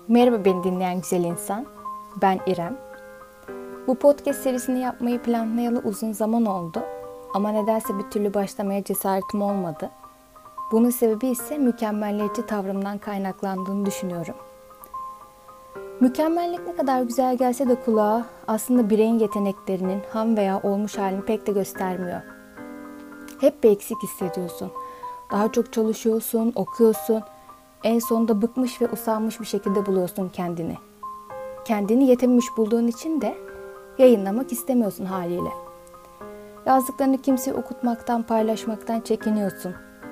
Merhaba beni dinleyen güzel insan. Ben İrem. Bu podcast serisini yapmayı planlayalı uzun zaman oldu. Ama nedense bir türlü başlamaya cesaretim olmadı. Bunun sebebi ise mükemmelliyetçi tavrımdan kaynaklandığını düşünüyorum. Mükemmellik ne kadar güzel gelse de kulağa aslında bireyin yeteneklerinin ham veya olmuş halini pek de göstermiyor. Hep bir eksik hissediyorsun. Daha çok çalışıyorsun, okuyorsun. En sonunda bıkmış ve usanmış bir şekilde buluyorsun kendini. Kendini yetememiş bulduğun için de yayınlamak istemiyorsun haliyle. Yazdıklarını kimseye okutmaktan, paylaşmaktan çekiniyorsun.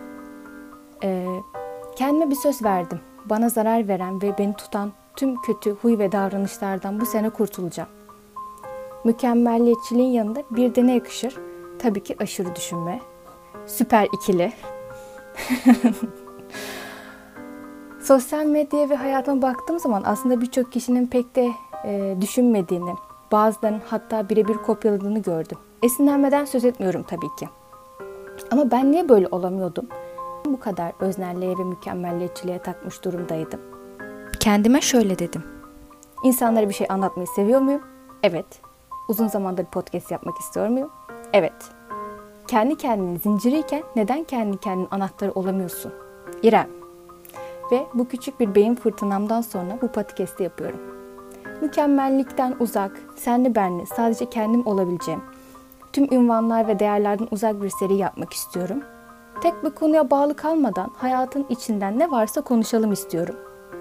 Kendime bir söz verdim. Bana zarar veren ve beni tutan tüm kötü huy ve davranışlardan bu sene kurtulacağım. Mükemmelliyetçiliğin yanında bir de ne yakışır? Tabii ki aşırı düşünme. Süper ikili. Sosyal medyaya ve hayatıma baktığım zaman aslında birçok kişinin pek de düşünmediğini, bazılarının hatta birebir kopyaladığını gördüm. Esinlenmeden söz etmiyorum tabii ki. Ama ben niye böyle olamıyordum? Bu kadar öznelliğe ve mükemmelliyetçiliğe takmış durumdaydım. Kendime şöyle dedim. İnsanlara bir şey anlatmayı seviyor muyum? Evet. Uzun zamandır podcast yapmak istiyor muyum? Evet. Kendi kendinin zinciriyken neden kendi kendinin anahtarı olamıyorsun? İrem. Ve bu küçük bir beyin fırtınamdan sonra bu podcast'i yapıyorum. Mükemmellikten uzak, senli benli, sadece kendim olabileceğim, tüm ünvanlar ve değerlerden uzak bir seri yapmak istiyorum. Tek bir konuya bağlı kalmadan hayatın içinden ne varsa konuşalım istiyorum.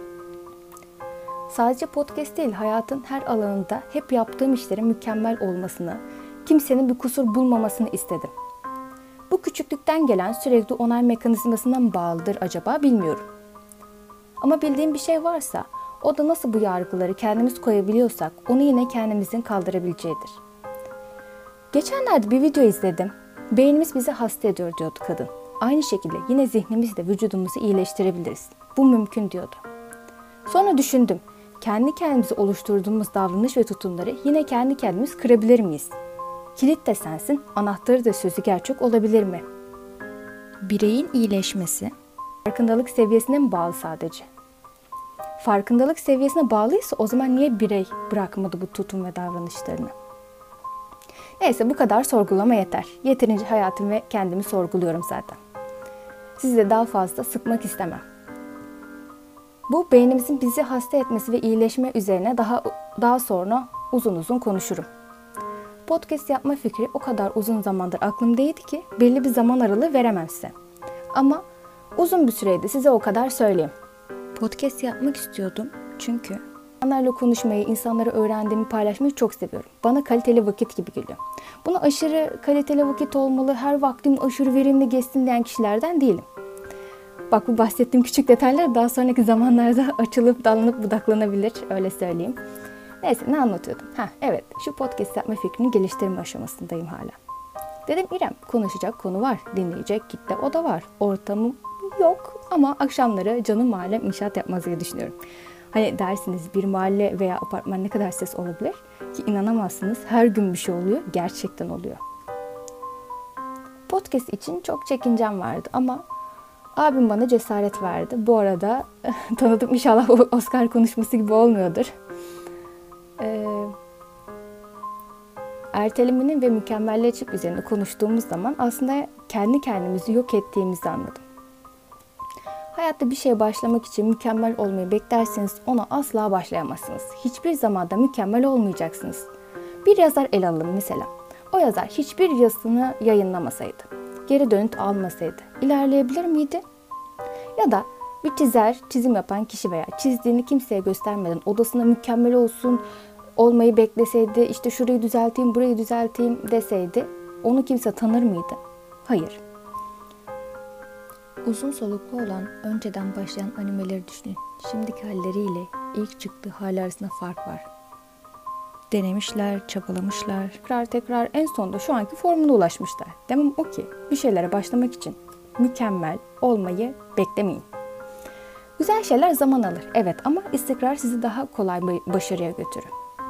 Sadece podcast değil, hayatın her alanında hep yaptığım işlerin mükemmel olmasını, kimsenin bir kusur bulmamasını istedim. Bu küçüklükten gelen sürekli onay mekanizmasına mı bağlıdır acaba bilmiyorum. Ama bildiğim bir şey varsa, o da nasıl bu yargıları kendimiz koyabiliyorsak onu yine kendimizin kaldırabileceğidir. Geçenlerde bir video izledim. Beynimiz bizi hasta ediyor diyordu kadın. Aynı şekilde yine zihnimizle vücudumuzu iyileştirebiliriz. Bu mümkün diyordu. Sonra düşündüm. Kendi kendimize oluşturduğumuz davranış ve tutumları yine kendi kendimiz kırabilir miyiz? Kilit de sensin, anahtarı da sözü gerçek olabilir mi? Bireyin iyileşmesi farkındalık seviyesine mi bağlı sadece? Farkındalık seviyesine bağlıysa o zaman niye birey bırakmadı bu tutum ve davranışlarını? Neyse bu kadar sorgulama yeter. Yeterince hayatımı ve kendimi sorguluyorum zaten. Sizi de daha fazla sıkmak istemem. Bu beynimizin bizi hasta etmesi ve iyileşme üzerine daha sonra uzun uzun konuşurum. Podcast yapma fikri o kadar uzun zamandır aklımdaydı ki belli bir zaman aralığı veremem size. Ama uzun bir süreydi size o kadar söyleyeyim. Podcast yapmak istiyordum çünkü insanlarla konuşmayı, insanlara öğrendiğimi paylaşmayı çok seviyorum. Bana kaliteli vakit gibi geliyor. Buna aşırı kaliteli vakit olmalı, her vaktim aşırı verimli geçsin diyen kişilerden değilim. Bak bu bahsettiğim küçük detaylar daha sonraki zamanlarda açılıp dallanıp budaklanabilir, öyle söyleyeyim. Neyse ne anlatıyordum? Evet, şu podcast yapma fikrini geliştirme aşamasındayım hala. Dedim İrem, konuşacak konu var, dinleyecek kitle o da var. Ortamım yok ama akşamları canım mahallem inşaat yapmaz diye düşünüyorum. Hani dersiniz bir mahalle veya apartman ne kadar ses olabilir ki inanamazsınız her gün bir şey oluyor, gerçekten oluyor. Podcast için çok çekincem vardı ama abim bana cesaret verdi. Bu arada tanıdım inşallah Oscar konuşması gibi olmuyordur. Ertelemenin ve mükemmelliyetçilik üzerine konuştuğumuz zaman aslında kendi kendimizi yok ettiğimizi anladım. Hayatta bir şeye başlamak için mükemmel olmayı beklerseniz ona asla başlayamazsınız. Hiçbir zamanda mükemmel olmayacaksınız. Bir yazar ele alalım mesela. O yazar hiçbir yazısını yayınlamasaydı, geri dönüt almasaydı ilerleyebilir miydi? Ya da bir çizer, çizim yapan kişi veya çizdiğini kimseye göstermeden odasında mükemmel olmayı bekleseydi, işte şurayı düzelteyim, burayı düzelteyim deseydi onu kimse tanır mıydı? Hayır. Uzun soluklu olan, önceden başlayan animeleri düşünün. Şimdiki halleriyle ilk çıktığı hali arasında fark var. Denemişler, çabalamışlar, tekrar en sonunda şu anki formuna ulaşmışlar. Demem o ki bir şeylere başlamak için mükemmel olmayı beklemeyin. Güzel şeyler zaman alır, evet ama istikrar sizi daha kolay başarıya götürür.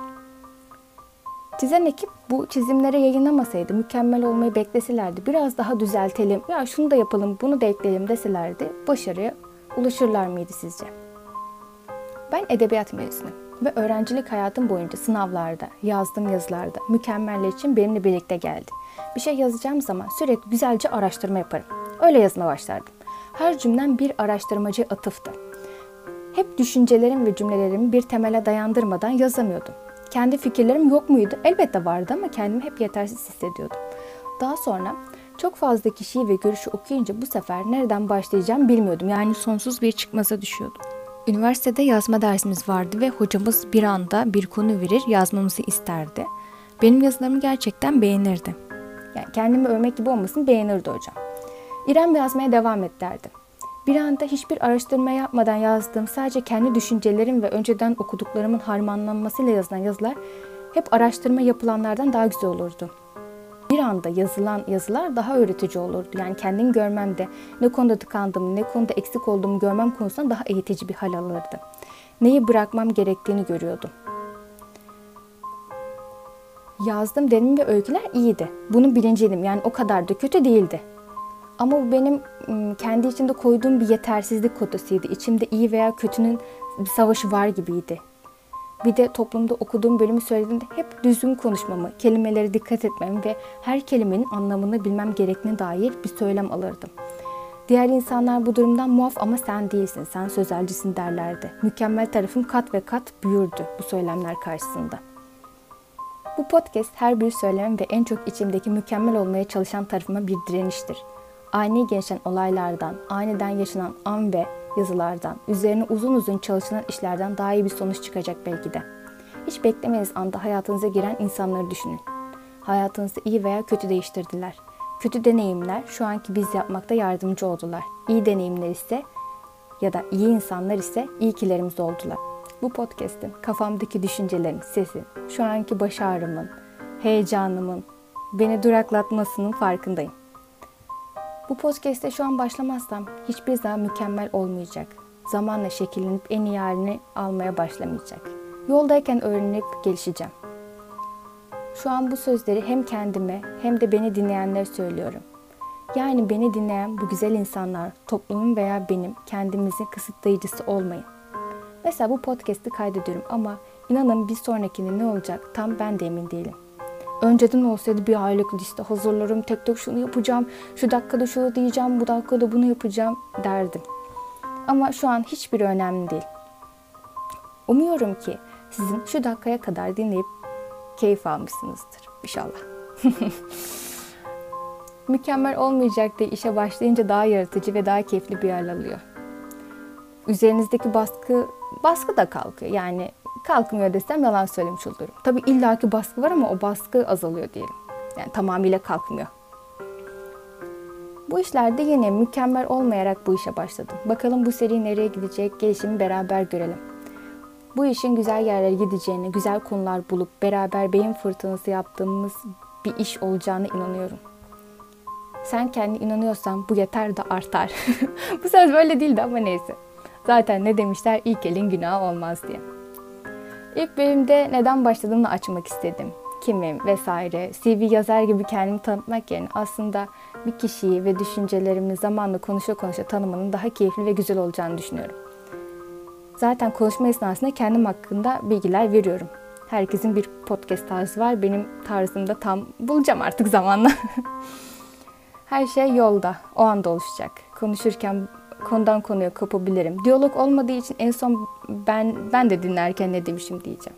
Çizen ekip bu çizimlere yayınlamasaydı, mükemmel olmayı bekleselerdi, biraz daha düzeltelim, ya şunu da yapalım, bunu da ekleyelim deselerdi, başarıya ulaşırlar mıydı sizce? Ben edebiyat mezunuyum ve öğrencilik hayatım boyunca sınavlarda, yazdığım yazılarda mükemmeller için benimle birlikte geldi. Bir şey yazacağım zaman sürekli güzelce araştırma yaparım. Öyle yazmaya başlardım. Her cümlem bir araştırmacı atıftı. Hep düşüncelerim ve cümlelerimi bir temele dayandırmadan yazamıyordum. Kendi fikirlerim yok muydu? Elbette vardı ama kendimi hep yetersiz hissediyordum. Daha sonra çok fazla kişiyi ve görüşü okuyunca bu sefer nereden başlayacağım bilmiyordum. Yani sonsuz bir çıkmaza düşüyordum. Üniversitede yazma dersimiz vardı ve hocamız bir anda bir konu verir, yazmamızı isterdi. Benim yazılarımı gerçekten beğenirdi. Yani kendimi övmek gibi olmasın, beğenirdi hocam. İrem yazmaya devam et derdi. Bir anda hiçbir araştırma yapmadan yazdığım, sadece kendi düşüncelerim ve önceden okuduklarımın harmanlanmasıyla yazılan yazılar hep araştırma yapılanlardan daha güzel olurdu. Bir anda yazılan yazılar daha öğretici olurdu. Yani kendim görmemde, ne konuda tıkandığımı, ne konuda eksik olduğumu görmem konusunda daha eğitici bir hal alırdı. Neyi bırakmam gerektiğini görüyordum. Yazdığım deneyim ve öyküler iyiydi. Bunun bilinciydim. Yani o kadar da kötü değildi. Ama bu benim kendi içimde koyduğum bir yetersizlik kotasıydı. İçimde iyi veya kötünün bir savaşı var gibiydi. Bir de toplumda okuduğum bölümü söylediğimde hep düzgün konuşmamı, kelimelere dikkat etmemi ve her kelimenin anlamını bilmem gerektiğine dair bir söylem alırdım. Diğer insanlar bu durumdan muaf ama sen değilsin, sen sözelcisin derlerdi. Mükemmel tarafım kat ve kat büyürdü bu söylemler karşısında. Bu podcast her bir söylemem ve en çok içimdeki mükemmel olmaya çalışan tarafıma bir direniştir. Ani gelişen olaylardan, aniden yaşanan an ve yazılardan, üzerine uzun uzun çalışılan işlerden daha iyi bir sonuç çıkacak belki de. Hiç beklemediğiniz anda hayatınıza giren insanları düşünün. Hayatınızı iyi veya kötü değiştirdiler. Kötü deneyimler şu anki biz yapmakta yardımcı oldular. İyi deneyimler ise ya da iyi insanlar ise iyi kilerimiz oldular. Bu podcast'in kafamdaki düşüncelerin, sesin, şu anki baş ağrımın, heyecanımın, beni duraklatmasının farkındayım. Bu podcast'e şu an başlamazsam hiçbir zaman mükemmel olmayacak. Zamanla şekillenip en iyi halini almaya başlamayacak. Yoldayken öğrenip gelişeceğim. Şu an bu sözleri hem kendime hem de beni dinleyenlere söylüyorum. Yani beni dinleyen bu güzel insanlar, toplumun veya benim kendimizin kısıtlayıcısı olmayın. Mesela bu podcast'i kaydediyorum ama inanın bir sonrakinde ne olacak tam ben de emin değilim. Önceden olsaydı bir aylık liste hazırlarım, tek tek şunu yapacağım, şu dakikada şunu diyeceğim, bu dakikada bunu yapacağım derdim. Ama şu an hiçbiri önemli değil. Umuyorum ki sizin şu dakikaya kadar dinleyip keyif almışsınızdır inşallah. Mükemmel olmayacak diye işe başlayınca daha yaratıcı ve daha keyifli bir hal alıyor. Üzerinizdeki baskı da kalkıyor. Yani kalkmıyor desem yalan söylemiş olurum. Tabii illaki baskı var ama o baskı azalıyor diyelim. Yani tamamıyla kalkmıyor. Bu işlerde yine mükemmel olmayarak bu işe başladım. Bakalım bu seri nereye gidecek, gelişimi beraber görelim. Bu işin güzel yerlere gideceğine, güzel konular bulup beraber beyin fırtınası yaptığımız bir iş olacağına inanıyorum. Sen kendine inanıyorsan bu yeter de artar. Bu söz böyle değildi ama neyse. Zaten ne demişler, ilk elin günahı olmaz diye. İlk bölümde neden başladığımı açmak istedim. Kimim vesaire, CV yazar gibi kendimi tanıtmak yerine aslında bir kişiyi ve düşüncelerimi zamanla konuşa konuşa tanımanın daha keyifli ve güzel olacağını düşünüyorum. Zaten konuşma esnasında kendim hakkında bilgiler veriyorum. Herkesin bir podcast tarzı var. Benim tarzım da tam bulacağım artık zamanla. Her şey yolda, o anda oluşacak. Konuşurken konudan konuya kapabilirim. Diyalog olmadığı için en son ben de dinlerken ne demişim diyeceğim.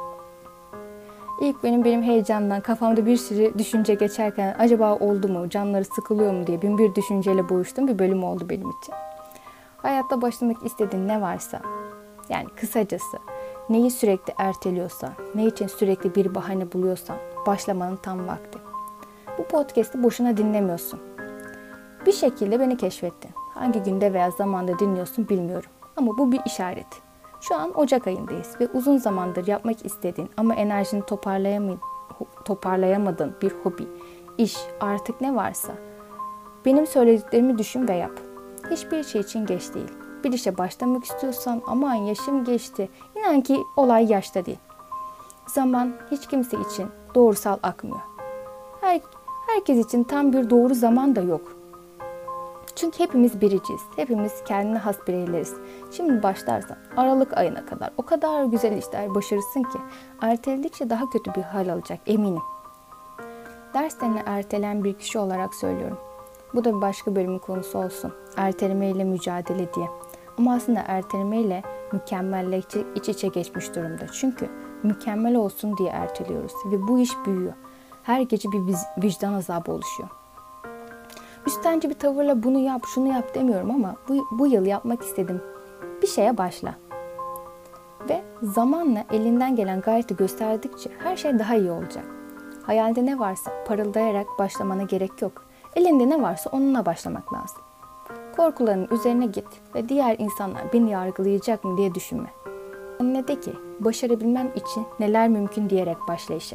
İlk benim heyecandan kafamda bir sürü düşünce geçerken acaba oldu mu, canları sıkılıyor mu diye bin bir düşünceyle boğuştuğum bir bölüm oldu benim için. Hayatta başlamak istediğin ne varsa, yani kısacası neyi sürekli erteliyorsan, ne için sürekli bir bahane buluyorsan başlamanın tam vakti. Bu podcast'i boşuna dinlemiyorsun. Bir şekilde beni keşfettin. Hangi günde veya zamanda dinliyorsun bilmiyorum. Ama bu bir işaret. Şu an Ocak ayındayız ve uzun zamandır yapmak istediğin ama enerjini toparlayamadığın bir hobi, iş, artık ne varsa benim söylediklerimi düşün ve yap. Hiçbir şey için geç değil. Bir işe başlamak istiyorsan aman yaşım geçti. İnan ki olay yaşta değil. Zaman hiç kimse için doğrusal akmıyor. Herkes için tam bir doğru zaman da yok. Çünkü hepimiz biriciyiz. Hepimiz kendine has bireyleriz. Şimdi başlarsan Aralık ayına kadar o kadar güzel işler başarırsın ki erteledikçe daha kötü bir hal alacak eminim. Derslerini erteleyen bir kişi olarak söylüyorum. Bu da bir başka bölümün konusu olsun. Ertelemeyle mücadele diye. Ama aslında ertelemeyle mükemmelle iç içe geçmiş durumda. Çünkü mükemmel olsun diye erteliyoruz ve bu iş büyüyor. Her gece bir vicdan azabı oluşuyor. Üstenci bir tavırla bunu yap, şunu yap demiyorum ama bu yıl yapmak istediğim bir şeye başla. Ve zamanla elinden gelen gayreti gösterdikçe her şey daha iyi olacak. Hayalde ne varsa parıldayarak başlamana gerek yok. Elinde ne varsa onunla başlamak lazım. Korkuların üzerine git ve diğer insanlar beni yargılayacak mı diye düşünme. Kendine de ki başarabilmem için neler mümkün diyerek başla işe.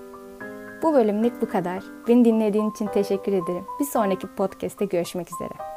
Bu bölümlük bu kadar. Beni dinlediğin için teşekkür ederim. Bir sonraki podcast'te görüşmek üzere.